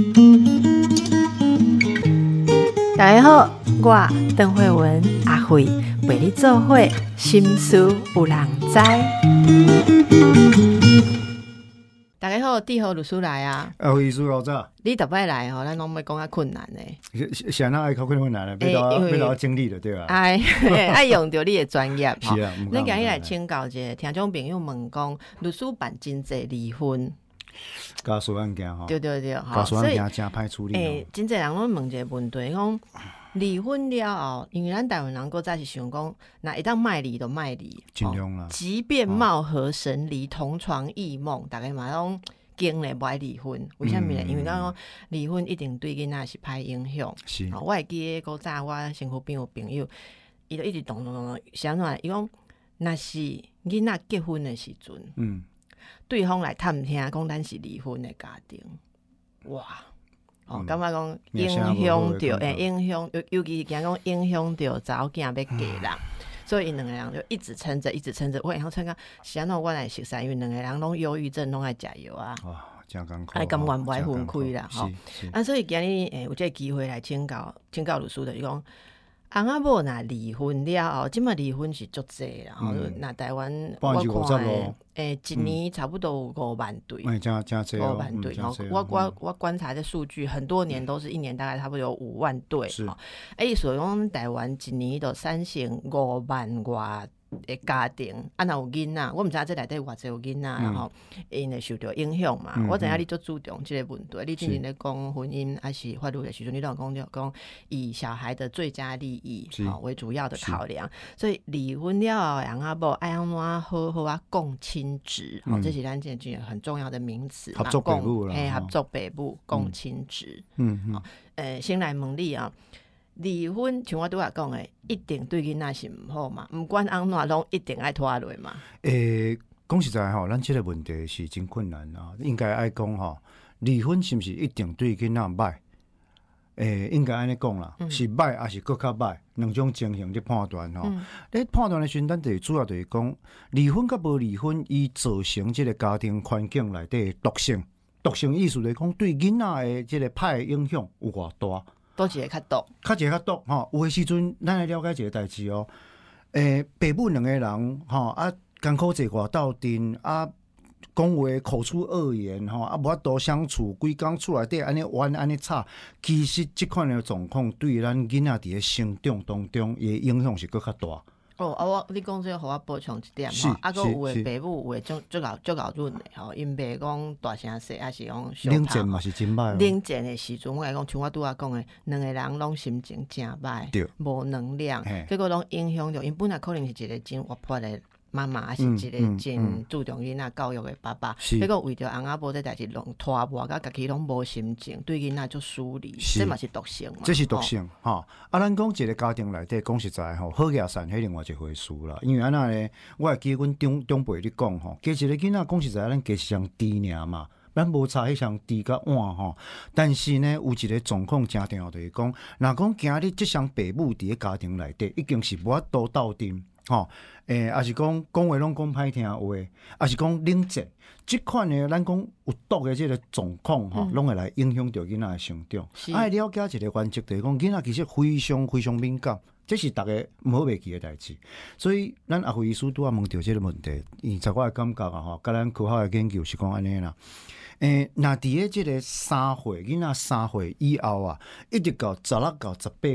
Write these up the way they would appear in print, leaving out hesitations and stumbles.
大家好，我邓惠文阿惠陪你做伙，心事有人知。大家好，帝豪律师来啊！ 律师老早， 你逐摆来吼，咱拢要讲较困难的。 想那爱较困难的，要到经历的对吧？ 爱用到你的专业。 是啊， 咱今日来请教一下听众朋友问讲，律师办真济离婚。 家属案件吼， 对， 家属案件真歹处理。 真济人拢问一个问题，讲离婚了后，因为咱台湾人搁早是想讲，那一旦卖离就卖离， 尽量啦。 即便貌合神离，同床异梦，大家嘛拢经历不爱离婚。为什么呢？因为讲离婚一定对囡仔是歹影响。 是， 我会记得古早我身躯边有朋友，伊就一直动，想怎？伊讲，若是囡仔结婚的时阵，对方来探听，讲咱是离婚的家庭，哇！感觉讲影响到，影响，尤其是惊讲影响到查某囝要嫁人，所以因两个人就一直撑着，我然后撑到是安怎我来熟悉，因为两个人拢忧郁症，拢爱食药啊， 真艰苦， 甘愿不爱分开啦，所以今日有这个机会来请教律师的，就讲。翁仔某若离婚了后，即马离婚是足济啦。那台湾我看一年差不多有5万对，5万对。我观察的数据，很多年都是一年大概差不多有5万对。所以讲台湾一年就产生5万外的家庭，若有囡仔，我毋知影这内底有偌济有囡仔，然后因会受到影响嘛。我知影你足注重这个问题，你之前咧讲婚姻还是法律的时阵，你都讲以小孩的最佳利益为主要的考量，所以离婚了后，翁仔某爱安怎好好啊共亲职，这是咱这句很重要的名词嘛。 合作爸母啦， 合作爸母共亲职。先来问你啊。离婚像我拄仔讲的，一定对囡仔是毋好嘛？毋管安怎拢一定爱拖落嘛。 讲实在吼，咱这个问题是真困难啊。应该爱讲吼，离婚是毋是一定对囡仔歹？应该安尼讲啦，是歹还是更较歹？两种情形去判断吼。咧判断的时阵，咱就主要就是讲离婚甲无离婚，伊造成这个家庭环境内底毒性。毒性意思就是讲对囡仔的这个歹影响有偌大。 多一个较毒， 吼。有诶时阵，咱来了解一个代志哦。爸母两个人吼艰苦坐外斗阵讲话口出恶言吼无法度相处，规工厝内底安尼玩安尼吵。其实即款诶状况对咱囡仔伫诶成长当中，伊影响是更较大。 你讲这个，互我补充一点吼，有诶爸母有诶足够润诶吼，因袂讲大声说，还是讲冷战嘛是真歹。 冷战诶时阵，我来讲，像我拄仔讲诶，两个人拢心情真歹，无能量，结果拢影响着，因本来可能是一个真活泼诶妈妈，还是一个真注重囡仔教育的爸爸，结果为着翁仔某这代志弄拖磨，甲家己拢无心情，对囡仔就疏离，这嘛是毒性嘛？ 这是毒性哈。咱讲一个家庭内底，讲实在吼，好野善，迄另外一回事啦。因为安那咧，我会记阮长辈咧讲吼，加一个囡仔讲实在，咱加一双猪尔嘛，咱无差迄双猪甲碗吼。但是呢，有一个状况真重要，就是讲，若讲今日即双爸母伫个家庭内底，已经是无法度斗阵。也是讲话拢讲歹听话，也是讲冷战，即款的咱讲有毒的这个状况拢会来影响到囡仔的成长。爱了解一个原则，就是讲囡仔其实非常非常敏感，这是大家毋好袂记的代志。所以咱阿辉医师拄仔问到这个问题，在我的感觉啊，甲咱科学的研究是讲安尼啦。若伫个即个3岁囡仔3岁以后啊，一直到16到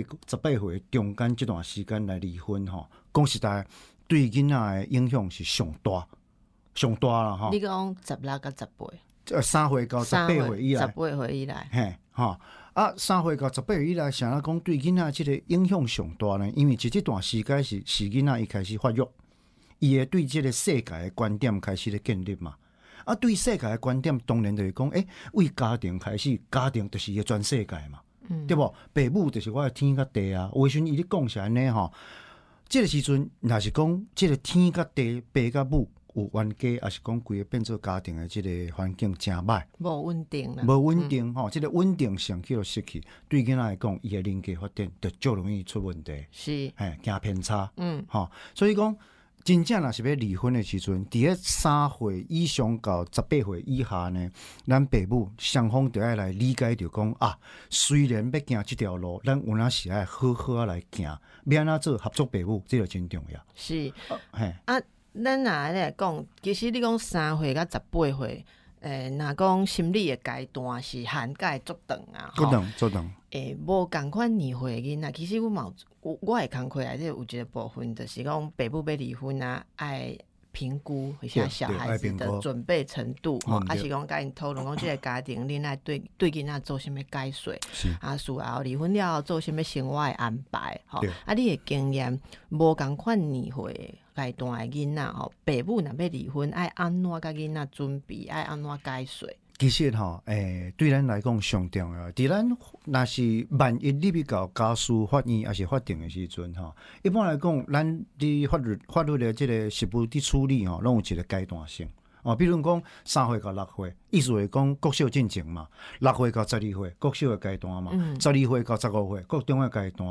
18岁中间这段时间来离婚吼，讲实在对囡仔的影响是上大啦吼。 你讲16到18 ，3岁到18岁以来 ，18岁以来， 嘿吼3岁到18岁以来，想要讲对囡仔即个影响上大呢？因为这段时间是囡仔伊开始发育，伊会对这个世界的观点开始咧建立嘛。对世界的观点，当然就是讲，为家庭开始，家庭就是伊个全世界嘛，对无？爸母就是我的天甲地啊。有时阵伊咧讲是安尼吼，这个时阵若是讲，这个天甲地，爸甲母有冤家，还是讲规个变做家庭的这个环境真歹， 无稳定啦， 无稳定吼，这个稳定性去失去，对囡仔来讲，伊的人格发展就足容易出问题， 是， 行偏差，所以讲。 真正若是要离婚的时阵，伫咧3岁以上到18岁以下呢，咱爸母双方就要来理解着讲啊，虽然要行这条路，咱有哪是爱好好来行，要安怎做合作爸母，这个真重要。 是，咱来讲，其实你讲3岁到18岁。若讲心理的阶段是涵盖足长啊， 足长。 无共款年岁的囡仔，其实我的工课内底有一个部分，就是讲爸母要离婚啊，爱评估一下小孩子的准备程度，还是讲甲因讨论讲这个家庭恁爱对囡仔做什么解说，事后离婚了做什么生活的安排，你的经验无共款年岁阶段的囡仔爸母若要离婚，爱安怎甲囡仔准备，爱安怎解说？ 其实对咱来讲上重要。伫咱若是万一你要到家事法院还是法庭的时阵一般来讲，咱伫法律的这个实务伫处理拢有一个阶段性。比如讲3岁到6岁，意思是讲国小进程嘛；6岁到12岁，国小的阶段嘛；12岁到15岁，国中的阶段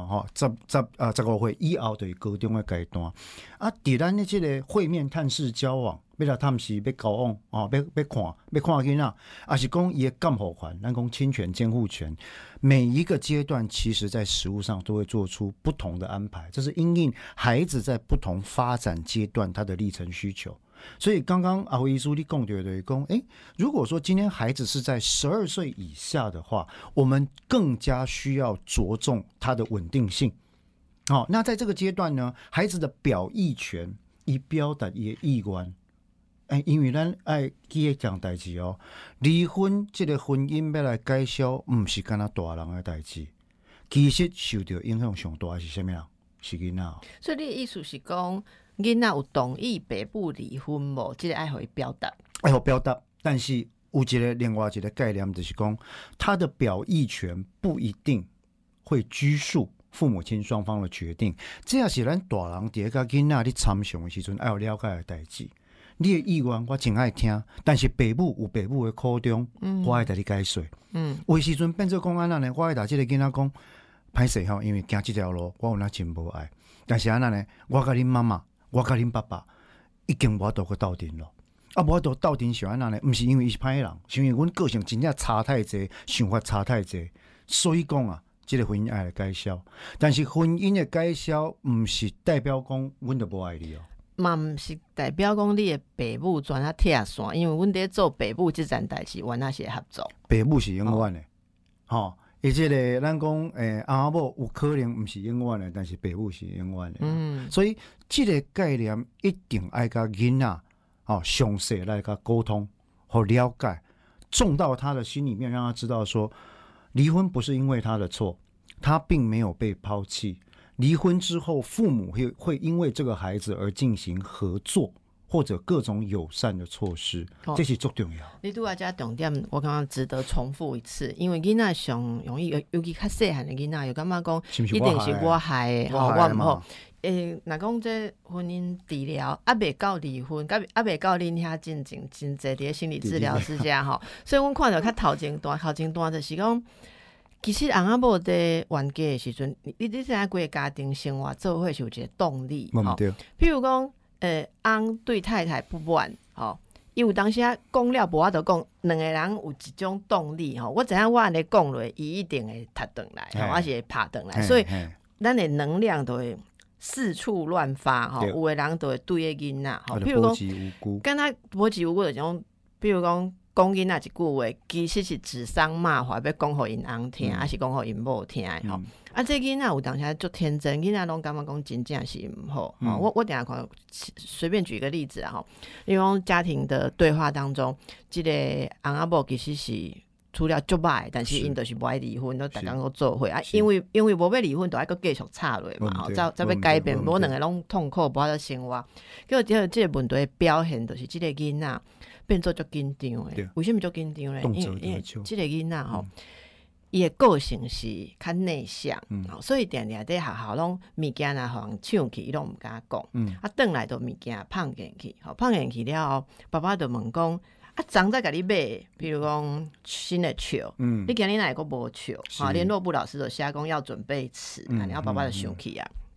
；15岁以后就是高中的阶段。伫咱的这个会面探视交往，要来探视，要交往要看囡仔，还是讲伊的监护权，咱讲侵权监护权，每一个阶段其实在实务上都会做出不同的安排，这是因应孩子在不同发展阶段他的历程需求。所以刚刚阿辉医师你讲到的讲，如果说今天孩子是在12岁以下的话，我们更加需要着重他的稳定性。那在这个阶段呢，孩子的表意权，以表达伊的意愿。因为咱爱记一件代志离婚这个婚姻要来解消，不是干那大人的代志，其实受到影响上大的是什么人？是囡仔。 所以你的意思是讲，囡仔有同意爸母离婚无？这个爱互伊表达， 爱互表达，但是有一个另外一个概念，就是讲他的表意权不一定会拘束父母亲双方的决定。这也是咱大人伫甲囡仔咧参详的时阵爱有了解的代志。你的意愿我真爱听，但是爸母有爸母的苦衷，我爱甲你解说。有时阵变做讲安那呢，我爱甲这个囡仔讲，歹势因为行这条路我有那真无爱，但是安那呢，我甲恁妈妈，我甲恁爸爸已经无法度去斗阵了。无法度斗阵是安那呢？不是因为伊是歹人，是因为阮个性真正差太济，想法差太济，所以讲这个婚姻爱来解消。但是婚姻的解消，不是代表讲阮就无爱你嘛毋是代表讲你的爸母全啊拆线，因为阮伫做爸母这件代志，阮也是合作。 爸母是永远的，而且咧，咱讲阿某有可能毋是永远的，但是爸母是永远的。所以这个概念一定爱甲囡仔详细来甲沟通和了解，种到他的心里面，让他知道说，离婚不是因为他的错，他并没有被抛弃。离婚之后，父母会因为这个孩子而进行合作，或者各种友善的措施，这是最重要。 你拄啊这重点，我感觉值得重复一次，因为囡仔上容易，尤其较细汉的囡仔，又感觉讲一定是我害的，我唔好。若讲这婚姻治疗未到离婚，未到恁遐进前真侪伫心理治疗师家所以阮看到较头前段就是讲。其实翁仔某在冤家的时阵，你知影规个家庭生活做伙是有一个动力。譬如讲，翁对太太不满，因为当时讲了无法度讲，两个人有一种动力。我知影我安尼讲落，伊一定会踢转来，还是会拍转来，所以咱的能量都会四处乱发。有的人都会对个囡仔，譬如讲，敢若无无辜就种，譬如讲。讲囡仔一句话，其实是指桑骂槐，要讲互因翁听，还是讲互因某听的这囡仔有当时足天真，囡仔拢感觉讲真正是毋好。我等下看，随便举个例子因为家庭的对话当中，这个翁仔某其实是除了足歹，但是因就是不爱离婚，都大家都做伙因为无要离婚，就爱搁继续插落嘛，再要改变，无两个拢痛苦，无法度生活。结果这个问题的表现，就是这个囡仔。变做足紧张诶，为什么足紧张咧？因为这个囡仔伊的个性是较内向，所以定定在学校拢物件啊，互人抢去，伊拢毋敢讲。转来都物件放进去，放进去了后，爸爸就问讲：昨再甲你买，比如讲新的球，你今日哪个无球？联络部老师就写讲要准备迟，然后爸爸就生气啊。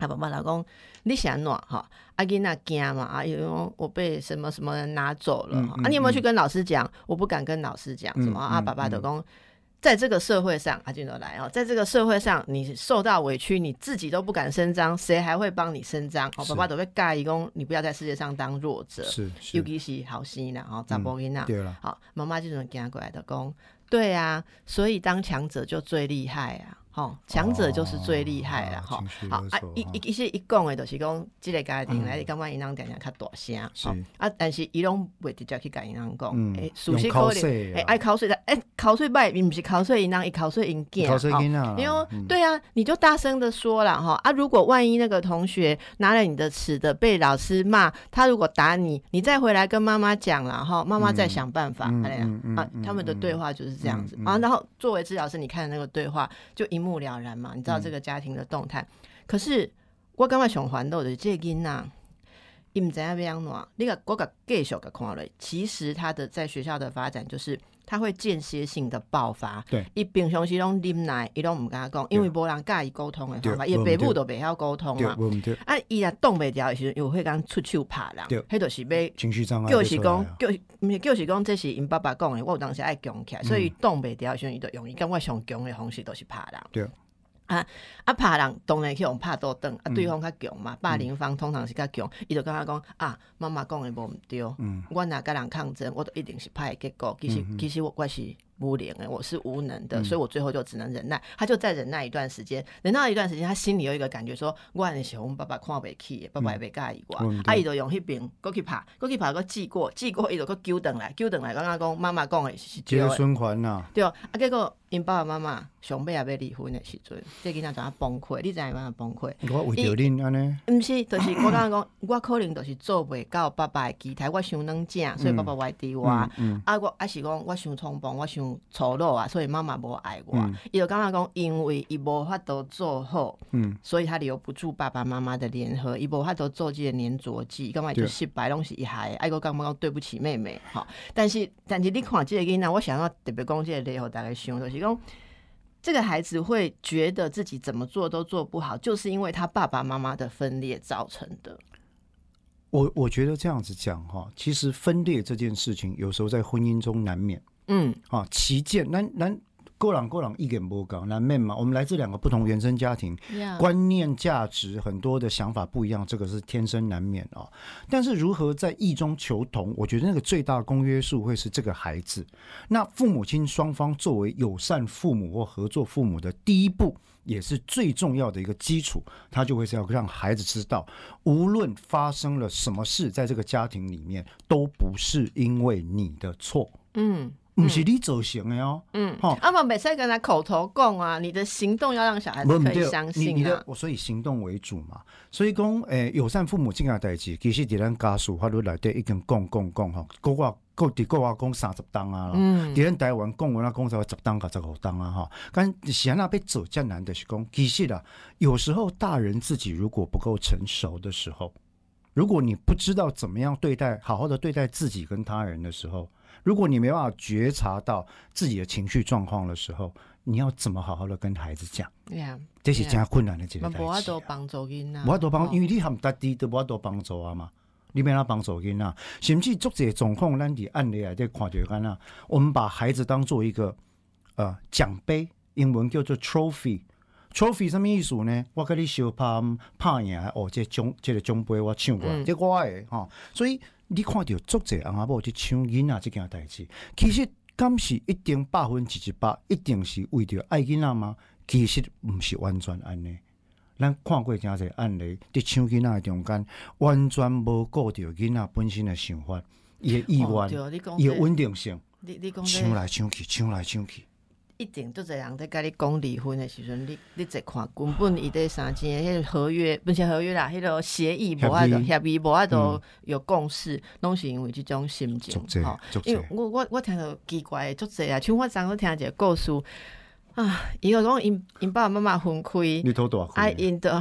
爸爸老公你是安怎哈？囡仔惊嘛因为我被什么什么人拿走了你有没有去跟老师讲？我不敢跟老师讲什么爸爸就说在这个社会上就来在这个社会上你受到委屈你自己都不敢声张，谁还会帮你声张爸爸都会教伊说你不要在世界上当弱者，尤其是后生啦查甫囡仔好，妈妈这种走过来的说对啊，所以当强者就最厉害强者就是最厉害啦好一些一讲的就是讲这个家庭来你感觉他们常常较大声但是他拢不直接去跟他们讲事实可能口水口水不是口水他们他口水他囝因为对啊你就大声的说啦如果万一那个同学拿了你的尺的被老师骂，他如果打你你再回来跟妈妈讲啦妈妈再想办法他们的对话就是这样子然后作为治疗师你看的那个对话就一目了然嘛，你知道这个家庭的动态可是我感觉上烦恼的这个囡仔他不知道要怎样我给继续看了其实他的在学校的发展就是他会间歇性的爆发，对，他平常时都忍耐他都不跟他讲因为没人跟他沟通的方法他爸母都不晓沟通嘛他也挡不掉的时候又会跟出手打人那就是要情绪障碍就是说这是他爸爸讲的我有当时爱强起来所以挡不掉的时候他就用他感觉上强的方式就是打人对打人当然去用拍倒转对方较强嘛霸凌方通常是较强他就跟他讲妈妈讲的没不对我若跟人抗争我就一定是歹的结果其实我是无能的，我是无能的所以我最后就只能忍耐他就再忍耐一段时间忍耐一段时间他心里有一个感觉说我的是我们爸爸看不起的爸爸也不介意我他就用那边过去拍过记过他就去揪回来跟他讲妈妈讲的是对的循环啦对结果因爸爸妈妈上尾也要离婚的时阵这囡仔就崩溃你知道怎崩溃我为着恁安尼不是就是我跟他讲我可能就是做不到爸爸的期待我伤软正所以爸爸外地我我是讲我伤冲动我伤粗鲁所以妈妈不爱我他就跟他讲因为他没法度做好所以他留不住爸爸妈妈的联合他没法度做这个粘着剂干嘛就失败都是他的我刚刚对不起妹妹但是你看这个囡仔我想要特别讲这个例给大家想就是说这个孩子会觉得自己怎么做都做不好就是因为他爸爸妈妈的分裂造成的我觉得这样子讲其实分裂这件事情有时候在婚姻中难免旗舰咱个人意见不高难免嘛我们来自两个不同原生家庭观念价值很多的想法不一样这个是天生难免但是如何在异中求同我觉得那个最大公约数会是这个孩子那父母亲双方作为友善父母或合作父母的第一步也是最重要的一个基础他就会是要让孩子知道无论发生了什么事在这个家庭里面都不是因为你的错不是你造成的嘛不可以跟他口头讲你的行动要让小孩子可以相信所以行动为主嘛所以说友善父母这件事情其实在咱家属法律里面已经讲在国外讲30档在咱台湾讲我讲10档到15档但是要做这么难的是说其实有时候大人自己如果不够成熟的时候如果你不知道怎么样好好的对待自己跟他人的时候如果你没办法觉察到自己的情绪状况的时候你要怎么好好的跟孩子讲这是很困难的一件事没法度帮助囡仔没法度帮因为你和他弟都没法度帮助嘛你要怎么帮助囡仔甚至很多状况我们在案例里面看到我们把孩子当做一个奖杯英文叫做 trophy 什么意思呢我跟你相拍赢这个奖杯我抢过来这我的所以你看到很多翁仔某去抢囡仔这件事情其实敢是一定100%一定是为了爱囡仔吗其实不是完全这样咱看过很多案例在抢囡仔的中间完全没顾到囡仔本身的想法他的意愿他的稳定性抢来抢去一定就这样在跟你讲离婚的时候你再看根本他在3件那个合约不是合约啦那个协议没法度协议没法度有共识都是因为这种心情因为我听到奇怪的很多像我昨天听一个故事他就说他爸爸妈妈分开你头大他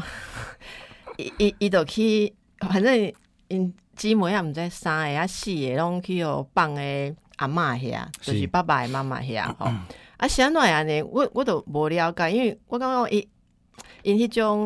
就去反正他姊妹也不知3个4个都去放的阿嬷遐就是爸爸的妈妈遐是怎样呢我都不了解因为我感觉他那种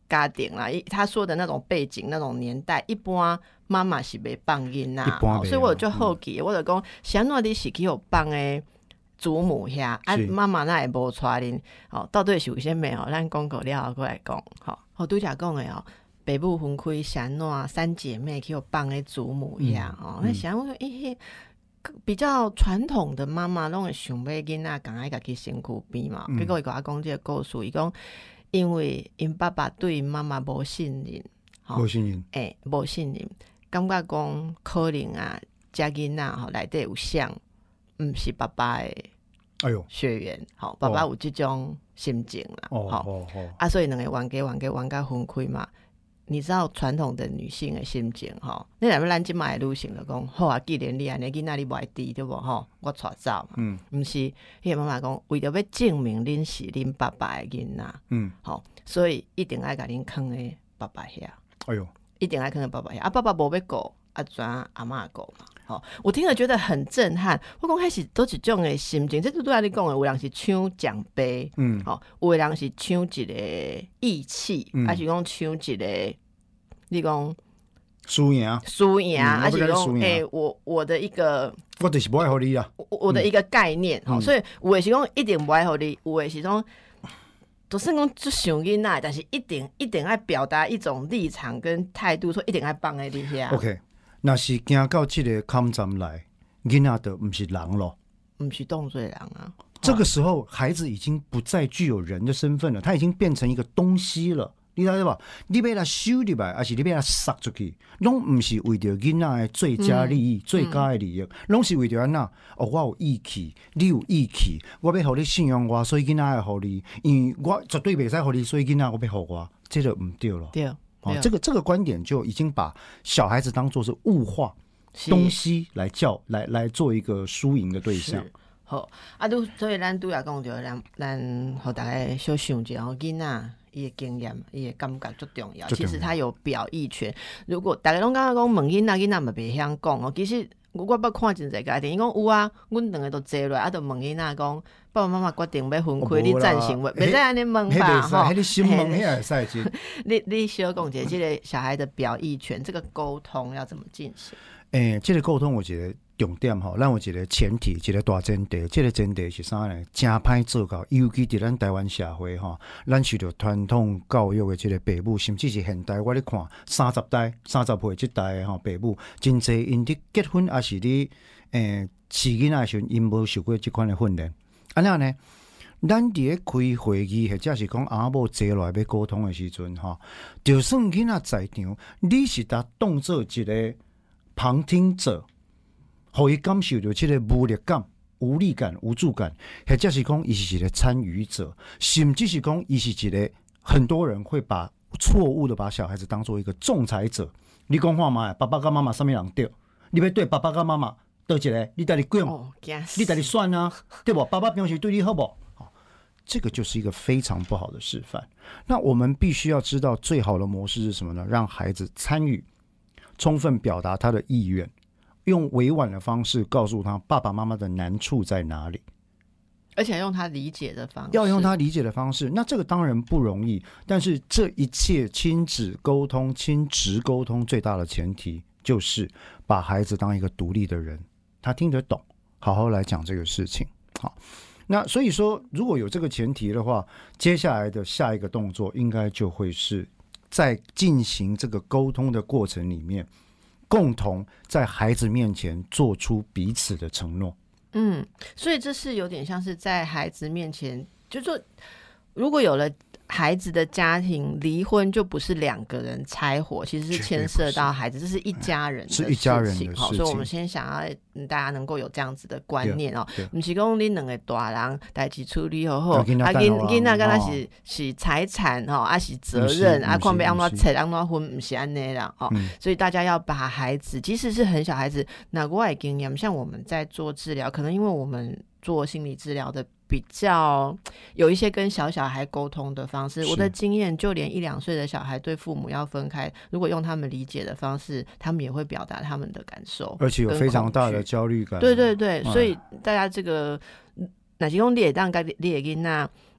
家庭啦，他说的那种背景那种年代，一般妈妈是袂放囡仔，所以我就好奇，我就讲，是安怎你是去有放的祖母遐，啊妈妈那也无带恁，到底是为什么？咱讲过了后过来讲，我拄则讲的爸母分开是安怎三姐妹去有放的祖母遐，那想我说，比较传统的妈妈拢会想要囡仔赶快家去身躯边嘛，结果伊甲我讲这个故事，伊讲。因为因爸爸对妈妈无信任， 无信任， 无信任，感觉讲可能啊，这囡仔内底有像，毋是爸爸的血缘，爸爸有这种心情啦，所以两个冤家分开嘛。你知道传统的女性的心情你若要咱即摆的女性就讲，好啊，既然你安尼囡仔你不爱滴对无我带走嘛，毋是迄个妈妈讲，为着要证明恁是恁爸爸的囡仔，所以一定爱甲恁囥诶爸爸遐，一定爱囥诶爸爸遐，爸爸无要顾，怎阿嬷顾嘛，我听了觉得很震撼。我讲迄是都一种诶心情，这拄仔你讲诶，有人是抢奖杯，有的人是抢一个义气，还是讲抢一个，你讲输赢， 还是讲我的一个， 我就是不爱互你啦， 我的一个概念，所以有的是讲一定不爱互你，有的是讲。就算讲就想囡仔，但是一定要表达一种立场跟态度，说一定要放在你遐。 OK， 那是行到这个坎站来，囡仔就不是人咯， 不是当作人啊。 这个时候，孩子已经不再具有人的身份了，他已经变成一个东西了。你知道吧？你要来收入来，还是你要来撒出去？拢不是为着囡仔的最佳利益、最佳的利益，拢是为着安那？我有义气，你有义气，我要互你信用我，所以囡仔要互你，因为我绝对袂使互你，所以囡仔我要互我，这就唔对了。 对， 这个观点就已经把小孩子当作是物化东西来做一个输赢的对象。 好，所以咱拄也讲着，咱互大家小想者囡仔。伊的经验，伊的感觉最重要。其实他有表意权。如果大家拢感觉讲问囡仔，囡仔嘛袂晓讲其实我捌看真侪家庭，伊讲有啊，阮两个都坐落来，就问囡仔讲，爸爸妈妈决定要分开，你赞成袂？袂使安尼问吧？ 迄你心问遐会使去。 你小讲者，这个小孩的表意权，这个沟通要怎么进行？ 这个沟通我觉得重点咱有一个前提，一个大前提，这个前提是啥呢？真歹做到，尤其伫咱台湾社会咱受到传统教育的这个父母，甚至是现代我咧看30岁这代的父母，真侪因伫结婚还是伫饲囡仔的时候，因无受过这款的训练。安怎呢？咱伫咧开会议，或者是讲阿某坐落来要沟通的时阵就算囡仔在场，你是当做一个旁听者。互伊感受到这个无力感、无力感、无助感，或者是讲伊是一个参与者，甚至是讲伊是一个很多人会把错误的把小孩子当做一个仲裁者。你讲话嘛，爸爸跟妈妈什么人对？你要对爸爸跟妈妈对一个，你带你讲，你带你算啊，对不？爸爸平时对你好不？这个就是一个非常不好的示范。那我们必须要知道最好的模式是什么呢？让孩子参与，充分表达他的意愿。用委婉的方式告诉他爸爸妈妈的难处在哪里， 而且用他理解的方式， 要用他理解的方式。那这个当然不容易，但是这一切亲子沟通、亲职沟通最大的前提就是把孩子当一个独立的人，他听得懂，好好来讲这个事情。好，那所以说，如果有这个前提的话，接下来的下一个动作应该就会是在进行这个沟通的过程里面。共同在孩子面前做出彼此的承诺。 所以这是有点像是在孩子面前，就是说，如果有了孩子的家庭，离婚就不是两个人拆伙，其实是牵涉到孩子，这是一家人的事情， 是一家人的事情。 所以我们先想要大家能够有这样子的观念不是讲你两个大人代志处理好好，囡仔敢若是财产还是责任看要安怎拆安怎分，不是安尼啦所以大家要把孩子，即使是很小孩子，那我的经验，像我们在做治疗，可能因为我们做心理治疗的比较有一些跟小孩沟通的方式，我的经验就连1、2岁的小孩对父母要分开，如果用他们理解的方式，他们也会表达他们的感受， 而且有非常大的焦虑感。 对对对，所以大家这个若是讲你会当甲你的囡仔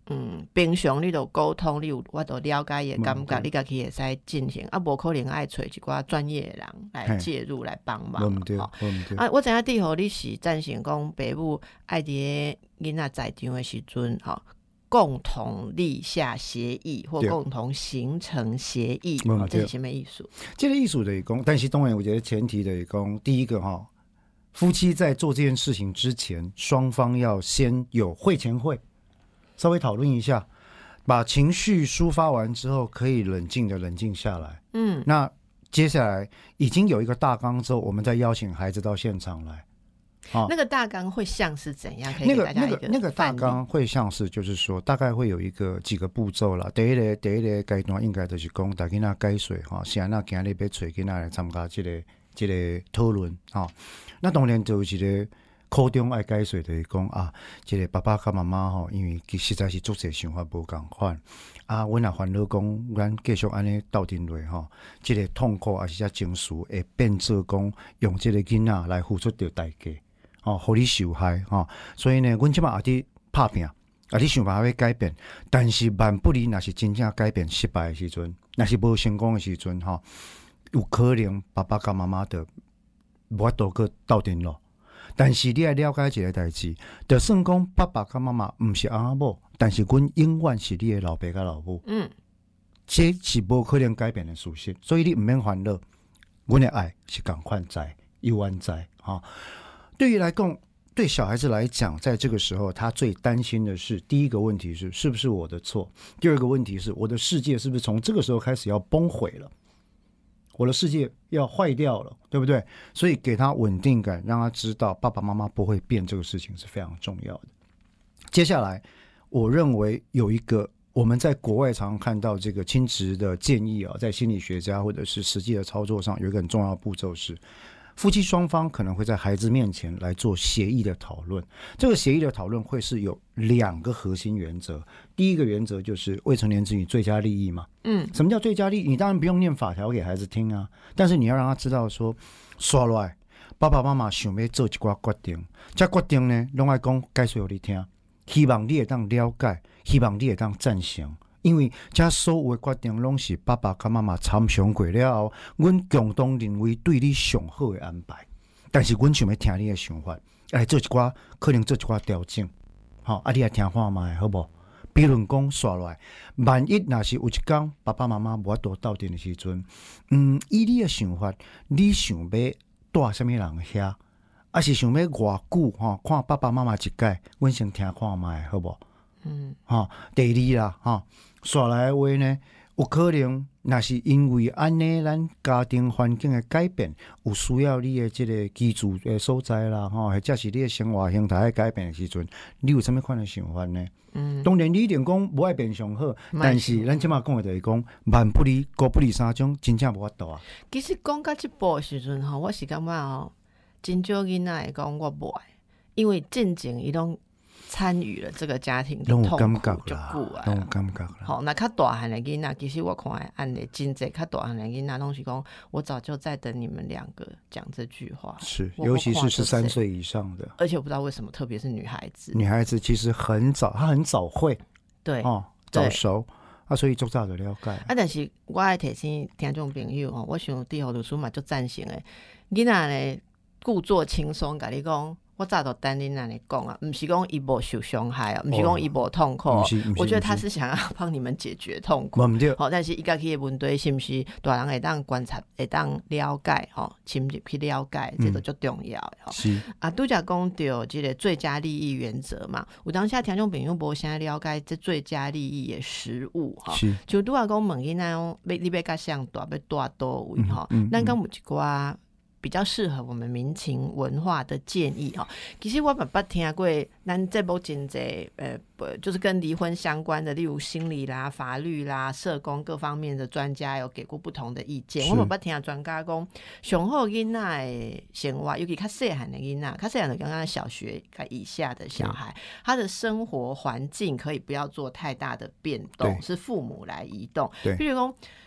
平常你就沟通，你有我都了解也感觉，你家己会使进行，无可能爱找一寡专业的人来介入来帮忙。我知影弟吼，你是赞成讲爸母爱伫囡仔在场的时阵，共同立下协议或共同形成协议，这是什么意思？ 这个意思就是讲，但是当然我觉得前提就是讲，第一个夫妻在做这件事情之前，双方要先有会前会，稍微讨论一下，把情绪抒发完之后，可以冷静下来。那接下来已经有一个大纲之后，我们再邀请孩子到现场来。 那个大纲会像是怎样？可以给大家一个那个大纲会像是，就是说大概会有几个步骤啦。第一个阶段应该就是讲，大家解水是安那今日要找囡仔来参加这个讨论那当然就是一个课中爱解水，就是讲这个爸爸跟妈妈因为实在是做些想法不同款阮也烦恼讲，咱继续安尼斗阵落这个痛苦还是这情绪会变做讲用这个囡仔来付出着代价。互你受害所以呢，阮即摆也伫拍拼，也伫想办法要改变。但是万不离，若是真正改变失败的时阵，若是无成功的时阵有可能爸爸甲妈妈就无法度去斗阵咯。但是你要了解一个代志，就算讲爸爸甲妈妈毋是翁仔某，但是阮永远是你的老爸甲老母。这是无可能改变的事实，所以你毋免烦恼。阮的爱是同款在，永远在对于来讲，对小孩子来讲，在这个时候，他最担心的是，第一个问题是不是我的错？第二个问题是，我的世界是不是从这个时候开始要崩毁了？我的世界要坏掉了，对不对？所以给他稳定感，让他知道爸爸妈妈不会变，这个事情是非常重要的。接下来，我认为有一个我们在国外常常看到这个亲职的建议在心理学家或者是实际的操作上，有一个很重要的步骤是，夫妻双方可能会在孩子面前来做协议的讨论。这个协议的讨论会是有2个核心原则。第一个原则就是未成年子女最佳利益嘛。什么叫最佳利益？你当然不用念法条给孩子听啊，但是你要让他知道说，刷来爸爸妈妈想要做一寡决定，这决定呢，拢爱讲解说给你听，希望你会当了解，希望你会当赞成。因为这所有的决定拢是爸爸跟妈妈参详过了后，阮共同认为对你上好的安排。但是阮想要听你的想法，来做一寡可能做一寡调整。你来听看卖好不好？比如讲刷落来，万一若是有一天爸爸妈妈无法度斗阵的时阵，以你的想法，你想要带什么人遐？还是想要偌久看爸爸妈妈一届，阮先听看卖好不好？第二啦刷来的话呢，有可能若是因为安尼咱家庭环境的改变，有需要你的这个居住的所在啦或者是你的生活形态的改变的时阵，你有什么款的想法呢？当然你一定讲无爱变上好，但是咱即马讲的就是讲，万不离高不离三种，真正无法度啊。 其实讲到这步的时阵我是感觉真少囡仔会讲我无爱，因为进前伊拢参与了这个家庭的痛苦就久啊， 拢有感觉啦。 好，那较大汉的囡仔，其实我看的案例真济，较大汉的囡仔拢是讲，我早就在等你们2个讲这句话。 是，尤其是13岁以上的， 而且我不知道为什么，特别是女孩子。 女孩子其实很早，她很早会， 对早熟所以足早就了解。 但是我爱提醒听众朋友我想对何律师嘛就赞成的，囡仔呢故作轻松，跟你讲。我早就等恁安尼讲啊，不是讲伊无受伤害不是讲伊无痛苦我觉得他是想要帮你们解决痛苦。但是伊家己的问题是不是大人会当观察，会当了解深入去了解，这就最重要的拄则讲到这个最佳利益原则嘛，有当下听众朋友无啥了解这最佳利益的实务就拄则讲问囡仔你要甲谁大要大倒位咱讲有一寡比较适合我们民情文化的建议其实我捌听过咱这部真济就是跟离婚相关的，例如心理啦、法律啦、社工各方面的专家有给过不同的意见。我捌听专家讲，上好囡仔的生活，尤其较细汉的囡仔，较细汉的刚刚小学以下的小孩，他的生活环境可以不要做太大的变动，是父母来移动。比如讲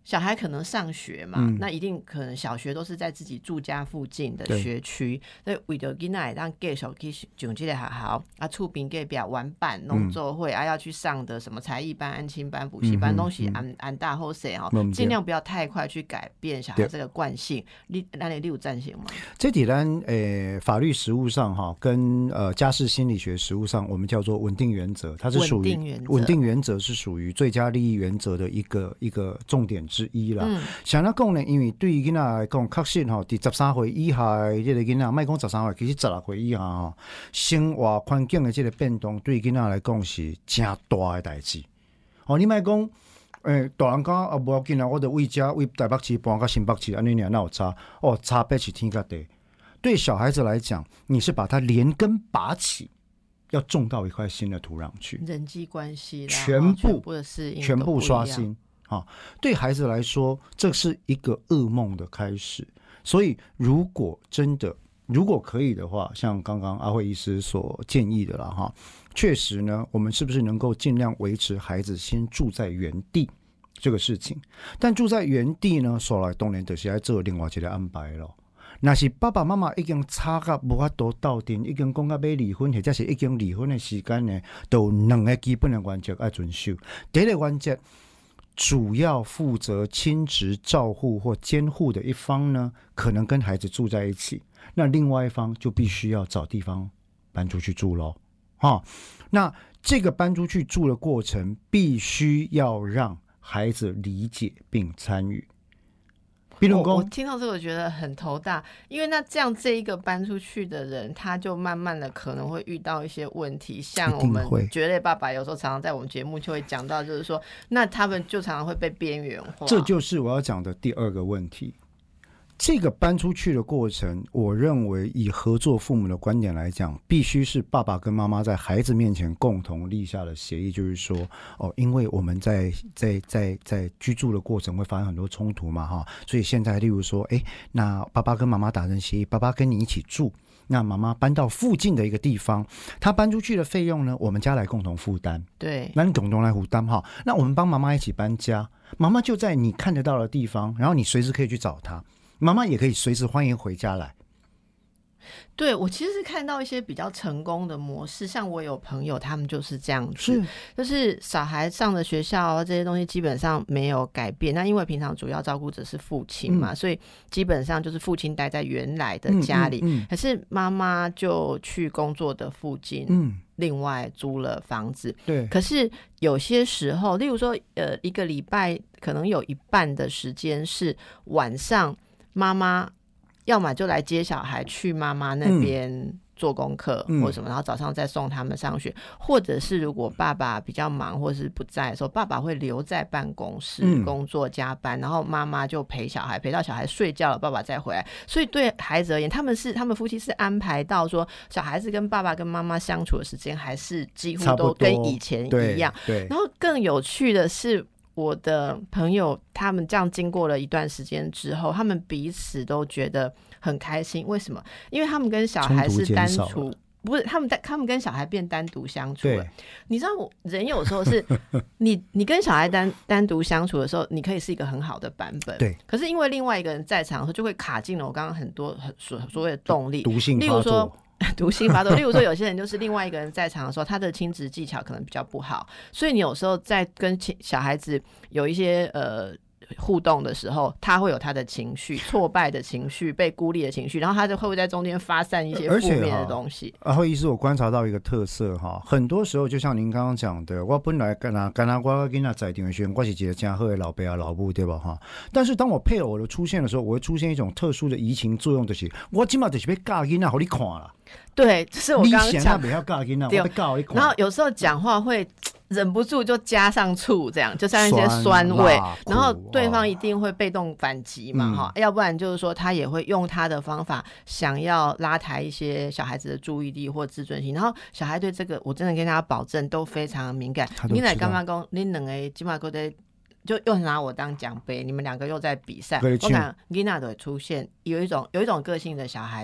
小孩可能上学嘛，那一定可能小学都是在自己住家附近的学区，所以为了囡仔让继续去上这个学校啊，厝边隔壁玩伴农作会啊，要去上的什么才艺班、安亲班、补习班，东西按大后谁哦，尽量不要太快去改变小孩这个惯性。你有赞成吗？ 这点法律实务上哈，跟家事心理学实务上，我们叫做稳定原则，它是属于稳定原则是属于最佳利益原则的一个重点之一啦。想要讲呢，因为对于囡仔来讲，确实吼，伫13岁以下的这个囡仔，莫讲13岁，其实16岁以下吼，生活环境的这个变动，对囡仔来讲是真大的代志。哦，你莫讲，大人讲啊，无要紧啊，我就为台北市搬到新北市，安尼尔哪有差？哦，差别是天甲地。对小孩子来讲，你是把它连根拔起，要种到一块新的土壤去， 人际关系啦， 全部的适应， 全部刷新。对孩子来说，这是一个噩梦的开始。所以，如果可以的话，像刚刚阿慧医师所建议的啦，哈，确实呢，我们是不是能够尽量维持孩子先住在原地这个事情？但住在原地呢，说来当然就是要做另外一个安排咯。那是爸爸妈妈已经吵到无法度斗阵，已经讲到要离婚，或者是已经离婚的时间呢，都有2个基本的原则要遵守。第一个原则，主要负责亲职照护或监护的一方呢，可能跟孩子住在一起，那另外一方就必须要找地方搬出去住咯。那这个搬出去住的过程，必须要让孩子理解并参与。 我听到这个我觉得很头大，因为那这样这一个搬出去的人，他就慢慢的可能会遇到一些问题，像我们蕨类爸爸有时候常常在我们节目就会讲到，就是说那他们就常常会被边缘化。 这就是我要讲的第2个问题。这个搬出去的过程，我认为以合作父母的观点来讲，必须是爸爸跟妈妈在孩子面前共同立下的协议，就是说，因为我们在居住的过程会发生很多冲突嘛，哈，所以现在例如说，那爸爸跟妈妈达成协议，爸爸跟你一起住，那妈妈搬到附近的一个地方，他搬出去的费用呢，我们家来共同负担， 对， 那你共同来负担哈，那我们帮妈妈一起搬家，妈妈就在你看得到的地方，然后你随时可以去找她。妈妈也可以随时欢迎回家来。 对，我其实是看到一些比较成功的模式，像我有朋友他们就是这样子，就是小孩上的学校这些东西基本上没有改变，那因为平常主要照顾者是父亲嘛，所以基本上就是父亲待在原来的家里，可是妈妈就去工作的附近另外租了房子。 对， 可是有些时候例如说一个礼拜可能有一半的时间是晚上妈妈要么就来接小孩去妈妈那边做功课或什么，然后早上再送他们上学，或者是如果爸爸比较忙或是不在的时候，爸爸会留在办公室工作加班，然后妈妈就陪小孩，陪到小孩睡觉了，爸爸再回来。所以对孩子而言，他们夫妻是安排到说小孩子跟爸爸跟妈妈相处的时间还是几乎都跟以前一样。 对， 然后更有趣的是，我的朋友他们这样经过了一段时间之后，他们彼此都觉得很开心。为什么？因为他们跟小孩是单处，不是他们跟小孩变单独相处了。你知道人有时候是你跟小孩单独相处的时候，你可以是一个很好的版本， 对。 可是因为另外一个人在场的时候，就会卡进了我刚刚很多所谓的动力， 毒性发作， 例如说毒性发作。例如说有些人就是另外一个人在场的时候，他的亲子技巧可能比较不好，所以你有时候在跟小孩子有一些互动的时候，他会有他的情绪，挫败的情绪，被孤立的情绪，然后他就会在中间发散一些负面的东西。 会医师，我观察到一个特色哈，很多时候就像您刚刚讲的，我本来跟我跟他在场的时候，我是一个很好的老爸啊老母，对吧哈？但是当我配偶的出现的时候，我会出现一种特殊的移情作用，就是我今嘛就是被教囡仔，给你看了。 对，就是我刚刚讲，然后有时候讲话会忍不住就加上醋，这样就加上一些酸味，然后对方一定会被动反击嘛，要不然就是说他也会用他的方法想要拉抬一些小孩子的注意力或自尊心，然后小孩对这个我真的跟大家保证都非常敏感。你来刚刚说你两个今嘛都在就又拿我当奖杯，你们两个又在比赛，我看囡仔都会出现有一种个性的小孩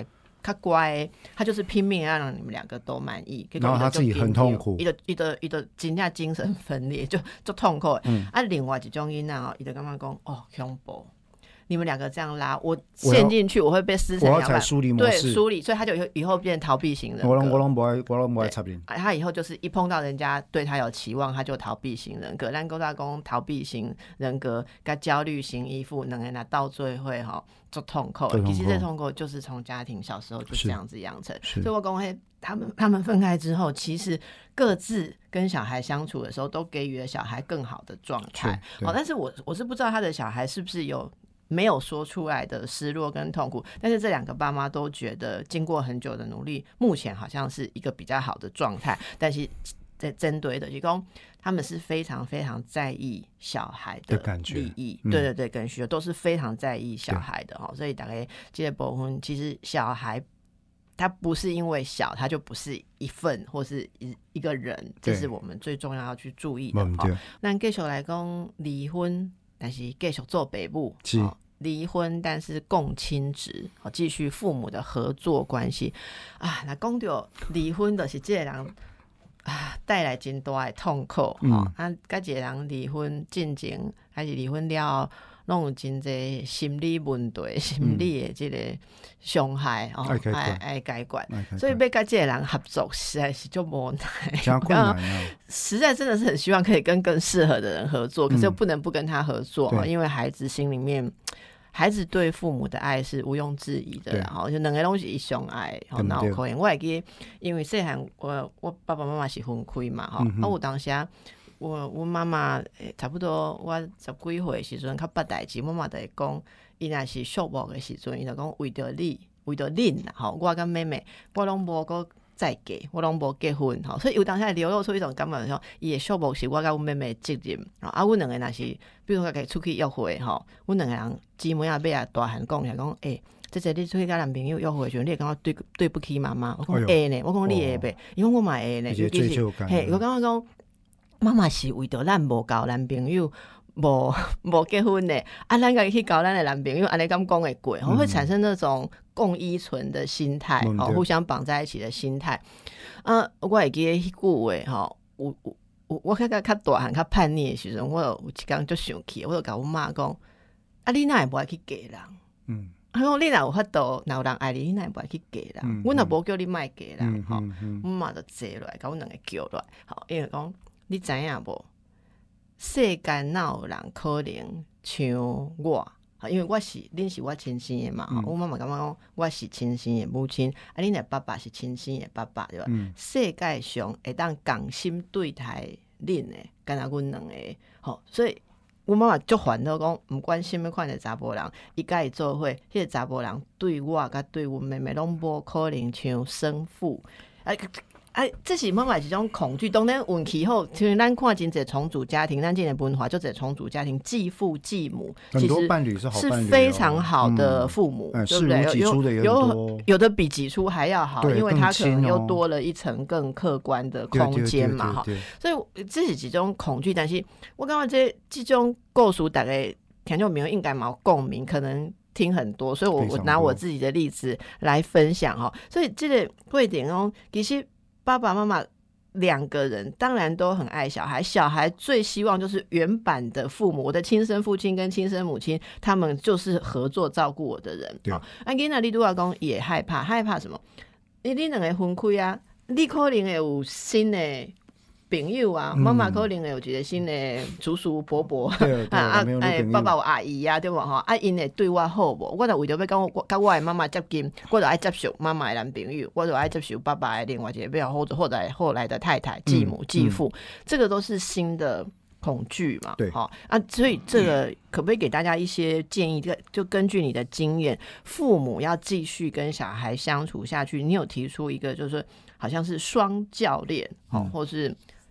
较乖，他就是拼命要让你们两个都满意， 然后他自己很痛苦， 伊就真正精神分裂，就痛苦。另外一种囡仔哦，伊就感觉讲哦恐怖。你们两个这样拉我陷进去，我会被撕成两半。 我要采疏离模式， 对，疏离，所以他就以后变逃避型人格。 我拢不爱插你。 他以后就是一碰到人家对他有期望，他就逃避型人格。咱讲逃避型人格跟焦虑型依附，两个人到最后哈就痛苦。其实这痛苦就是从家庭小时候就这样子养成。所以我讲他们分开之后，其实各自跟小孩相处的时候，都给予了小孩更好的状态。但是我是不知道他的小孩是不是有没有说出来的失落跟痛苦，但是这两个爸妈都觉得经过很久的努力，目前好像是一个比较好的状态。但是在针对的就是说他们是非常非常在意小孩的利益，对，跟需求都是非常在意小孩的。所以大概这个部分其实小孩他不是因为小他就不是一份或是一个人，这是我们最重要去注意的。那继续来讲离婚但是继续做爸母，离婚但是共亲职，继续父母的合作关系啊。那讲到离婚就是这个人啊带来真大的痛苦跟一个人离婚进前还是离婚了拢有真侪心理问题、心理的这个伤害爱解决，所以要跟这个人合作实在是就无奈， 真困难实在真的是很希望可以跟更适合的人合作，可是又不能不跟他合作因为孩子心里面。孩子对父母的爱是毋庸置疑的啦，就两个拢是一相爱，那有可能。我会记得，因为细汉我爸爸妈妈是分开嘛，有当时我妈妈差不多我10几岁的时阵较捌代志，妈妈就会讲，伊若是寂寞的时阵，伊就讲为着恁啦，我跟妹妹我拢无个。再嫁，我拢无结婚，所以有当下流露出一种感觉，说伊的寂寞是我甲阮妹妹的责任阮两个若是，比如说出去约会阮两个人姊妹尾啊大汉讲起来讲，这你出去甲男朋友约会的时候，你会感觉对不起妈妈？我讲会呢，我讲你会袂？伊讲我嘛会呢，尤其是我感觉讲妈妈是为着咱无交男朋友。无结婚的咱家去交咱的男朋友，安尼敢讲会过，会产生那种共依存的心态，互相绑在一起的心态。我会记得迄句话我较大汉较叛逆的时阵，我有一天就生气，我就甲阮妈讲：你哪会无爱去嫁人？我讲你若有法度，若有人爱你，你哪会无爱去嫁人？阮若无叫你莫嫁人，阮妈就坐落来，甲阮两个叫落来，因为讲你知影无？世间哪有人可能像我，因为恁是我亲生的嘛，我妈妈感觉讲我是亲生的母亲，恁的爸爸是亲生的爸爸，对吧？世界上会当共心对待恁的，敢若阮两个，所以我妈妈就烦恼讲，不管什么款的查甫人，伊甲伊做伙，迄个查甫人对我甲对阮妹妹拢无可能像生父。这是妈妈一种恐惧。当然运气好，其实咱看真侪重组家庭，咱这个文化就侪重组家庭，继父继母， 很多伴侣是好伴侣， 是非常好的父母，对不对？有的比挤出还要好，因为他可能又多了一层更客观的空间嘛，所以这是几种恐惧。但是我感觉这种故事大概听众朋友应该蛮有共鸣，可能听很多，所以我拿我自己的例子来分享所以这个会点其实爸爸妈妈两个人当然都很爱小孩，小孩最希望就是原版的父母，我的亲生父亲跟亲生母亲，他们就是合作照顾我的人。囡仔你拄仔讲也害怕什么？你两个分开啊，你可能会有新的朋友啊，妈妈可能会有一个新的叔叔伯伯爸爸有阿姨啊，对吧？因会对我好无？我就为着要跟我的妈妈接近，我就爱接受妈妈的男朋友，我就爱接受爸爸的另外一个比较后来的太太、继母、继父，这个都是新的恐惧嘛。 对， 所以这个可不可以给大家一些建议？就根据你的经验，父母要继续跟小孩相处下去，你有提出一个就是好像是双教练或是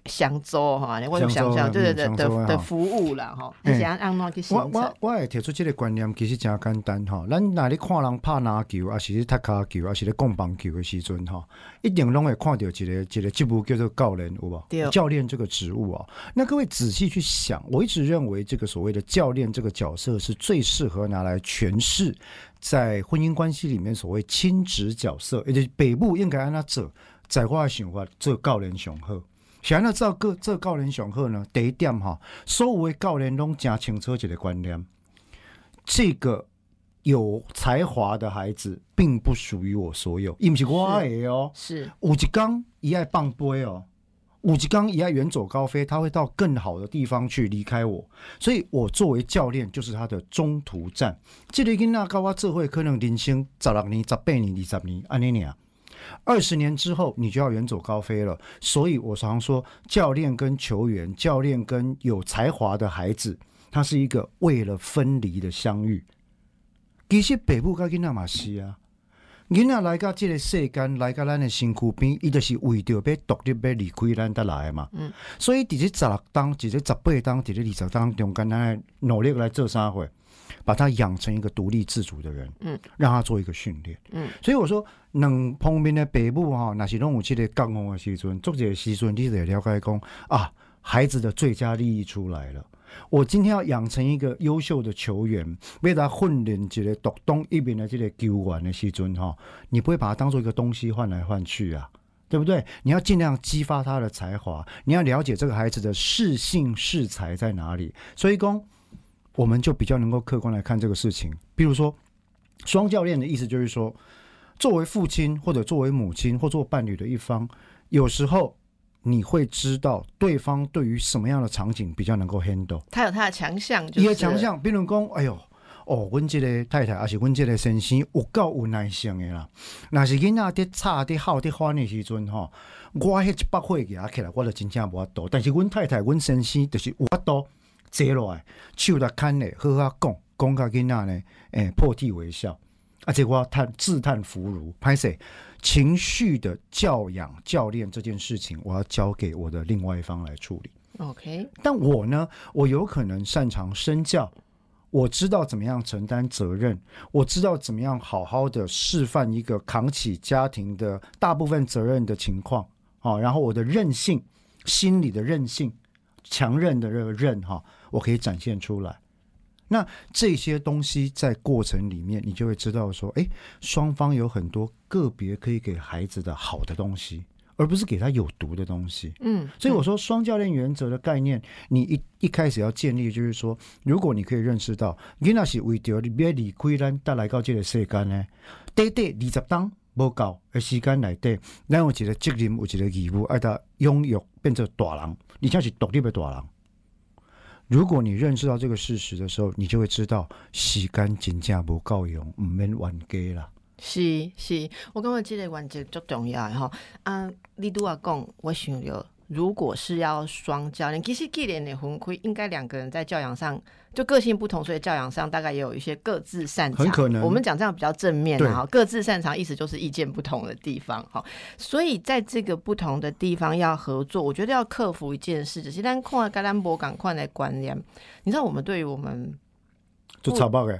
享受哈，我就想象对的服务啦哈，你想按怎去形成？ 我会提出这个观念，其实真简单哈。咱哪里看人拍篮球，还是咧踢脚球，还是咧讲棒球的时阵哈，一定拢会看到一个职务叫做教练，有无？教练这个职务啊，那各位仔细去想，我一直认为这个所谓的教练这个角色是最适合拿来诠释在婚姻关系里面所谓亲职角色，也就是北部应该按怎做，在我的想法做教练上好。想要做教练上好呢，第一点哈，所有的教练都讲清楚一个观念，这个有才华的孩子并不属于我所有，伊不是我的哦， 是有一天他爱放飞哦，有一天他爱远走高飞，他会到更好的地方去离开我，所以我作为教练就是他的中途站。这个囡仔跟我做伙可能人生16年、18年、20年，安尼尔。20年之后你就要远走高飞了，所以我常说教练跟球员，教练跟有才华的孩子，他是一个为了分离的相遇。其实爸母跟囡仔嘛是啊，囡仔来到这个世间，来到咱的身躯边，他就是为着要独立要离开咱得来的嘛。所以在这16当，在这18当，在这20当中间，咱努力来做啥会？把他养成一个独立自主的人，让他做一个训练。所以我说，两方面的爸母哈，若是拢有这个觉悟的时阵，做这个时阵，你得了解讲啊，孩子的最佳利益出来了。我今天要养成一个优秀的球员，为他训练一个独当一面的这个球员的时阵哈，你不会把他当做一个东西换来换去啊，对不对？你要尽量激发他的才华，你要了解这个孩子的适性适才在哪里。所以讲，我们就比较能够客观来看这个事情。比如说，双教练的意思就是说，作为父亲或者作为母亲或做伴侣的一方，有时候你会知道对方对于什么样的场景比较能够 handle， 他有他的强项， 他的强项，比如说，哎呦，阮这个太太还是阮这个先生有够有耐性的啦。若是囡仔在吵在喊在欢的时阵吼，我迄100火牙起来，我就真正无法度。但是阮太太、阮先生就是有法度。坐落来，手来牵咧，好好讲到囡仔呢，破涕为笑，而且我自叹弗如。拍摄情绪的教养教练这件事情，我要交给我的另外一方来处理。 OK， 但我呢，我有可能擅长身教，我知道怎么样承担责任，我知道怎么样好好的示范一个扛起家庭的大部分责任的情况。然后我的韧性，心理的韧性。强韧的这个韧哈，我可以展现出来。那这些东西在过程里面，你就会知道说，双方有很多个别可以给孩子的好的东西，而不是给他有毒的东西。所以我说双教练原则的概念，你一开始要建立，就是说，如果你可以认识到，囡仔是为着你要离开咱带来到这个世间呢，短短20当无够的时间内底，咱有一个责任，有一个义务，爱他拥有变成大人，而且是独立的大人。如果你认识到这个事实的时候，你就会知道时间真正无够用，唔免冤家啦。 是，我感觉这个原则最重要的吼。你拄仔讲，我想到，如果是要双教练，其实既然的分开，应该两个人在教养上就个性不同，所以教养上大概也有一些各自擅长。 很可能， 我们讲这样比较正面啊，各自擅长意思就是意见不同的地方。所以在这个不同的地方要合作，我觉得要克服一件事，就是咱看跟咱无同款的观念。你知道，我们对于我们就差不多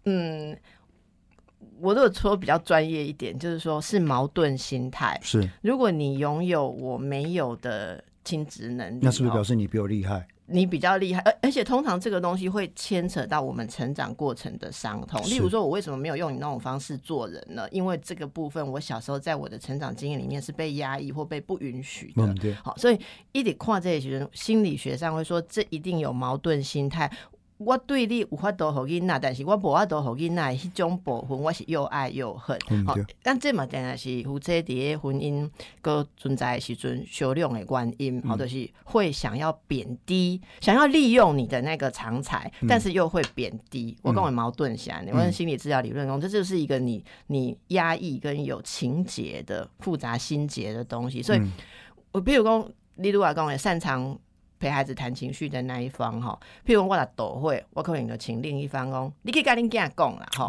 我如果说比较专业一点，就是说是矛盾心态。 是， 如果你拥有我没有的亲职能力， 那是不是表示你比我厉害？ 你比较厉害，而且通常这个东西会牵扯到我们成长过程的伤痛。例如说，我为什么没有用你那种方式做人呢？因为这个部分，我小时候在我的成长经验里面是被压抑或被不允许的。 对， 好，所以一直看这些人，心理学上会说，这一定有矛盾心态。我对你有法度互囡仔，但是我无法度互囡仔迄种部分，我是又爱又恨。但这嘛当然是夫妻伫婚姻搁存在的时阵小量的原因，就是会想要贬低，想要利用你的那个长才，但是又会贬低。我跟我矛盾下，我跟心理治疗理论中，这就是一个你压抑跟有情节的复杂心结的东西。所以，我比如讲，你如果讲的擅长陪孩子谈情绪的那一方，譬如我来斗会，我可能就请另一方讲，你可以跟恁囝讲啦，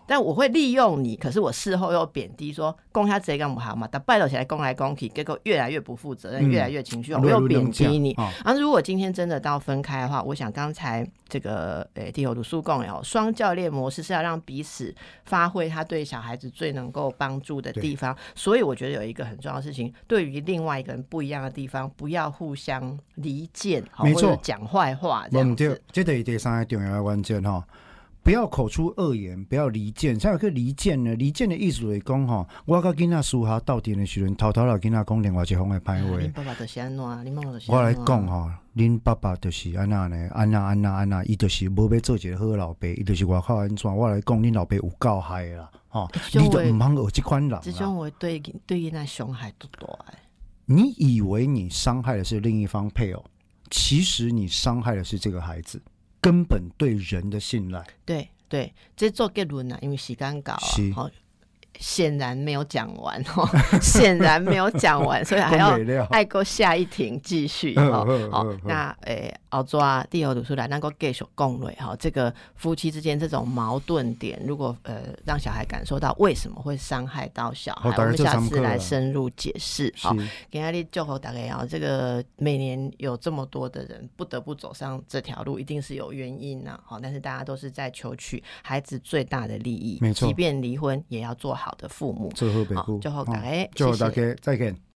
但我会利用你，可是我事后又贬低说讲下这个不好嘛，但拜到起来讲来讲去，结果越来越不负责任，越来越情绪化，我又贬低你。如果今天真的到分开的话，我想刚才这个地侯鲁叔讲的双教练模式是要让彼此发挥他对小孩子最能够帮助的地方，所以我觉得有一个很重要的事情，对于另外一个人不一样的地方，不要互相离间，或者讲坏话这样子。 这是第三个重要的关键哈。不要口出恶言，不要离间。啥有个离间呢？离间的意思就是讲吼，我甲囡仔私下斗阵的时阵，偷偷来囡仔讲另外一方的歹话。 恁爸爸就是安怎，恁妈妈就是安怎。 我来讲吼，恁爸爸就是安那呢，安那，伊就是无要做一个好老爸，伊就是外口安怎。我来讲，恁老爸有够害啦，吼，你都唔通学这款人啦。 这种话对囡仔伤害多大？ 你以为你伤害的是另一方配偶，其实你伤害的是这个孩子。根本对人的信赖， 对，这做结论啊，因为时间到啊，显然没有讲完哦，显然没有讲完，所以还要爱过下一庭继续好，那后抓地侯读出来，能够继续讲落哈，这个夫妻之间这种矛盾点，如果让小孩感受到为什么会伤害到小孩，我们下次来深入解释。好，给大家祝福大家啊，这个每年有这么多的人不得不走上这条路，一定是有原因啊。好，但是大家都是在求取孩子最大的利益，即便离婚也要做好的父母。 祝福北姑， 祝福大家， 祝福大家，再见。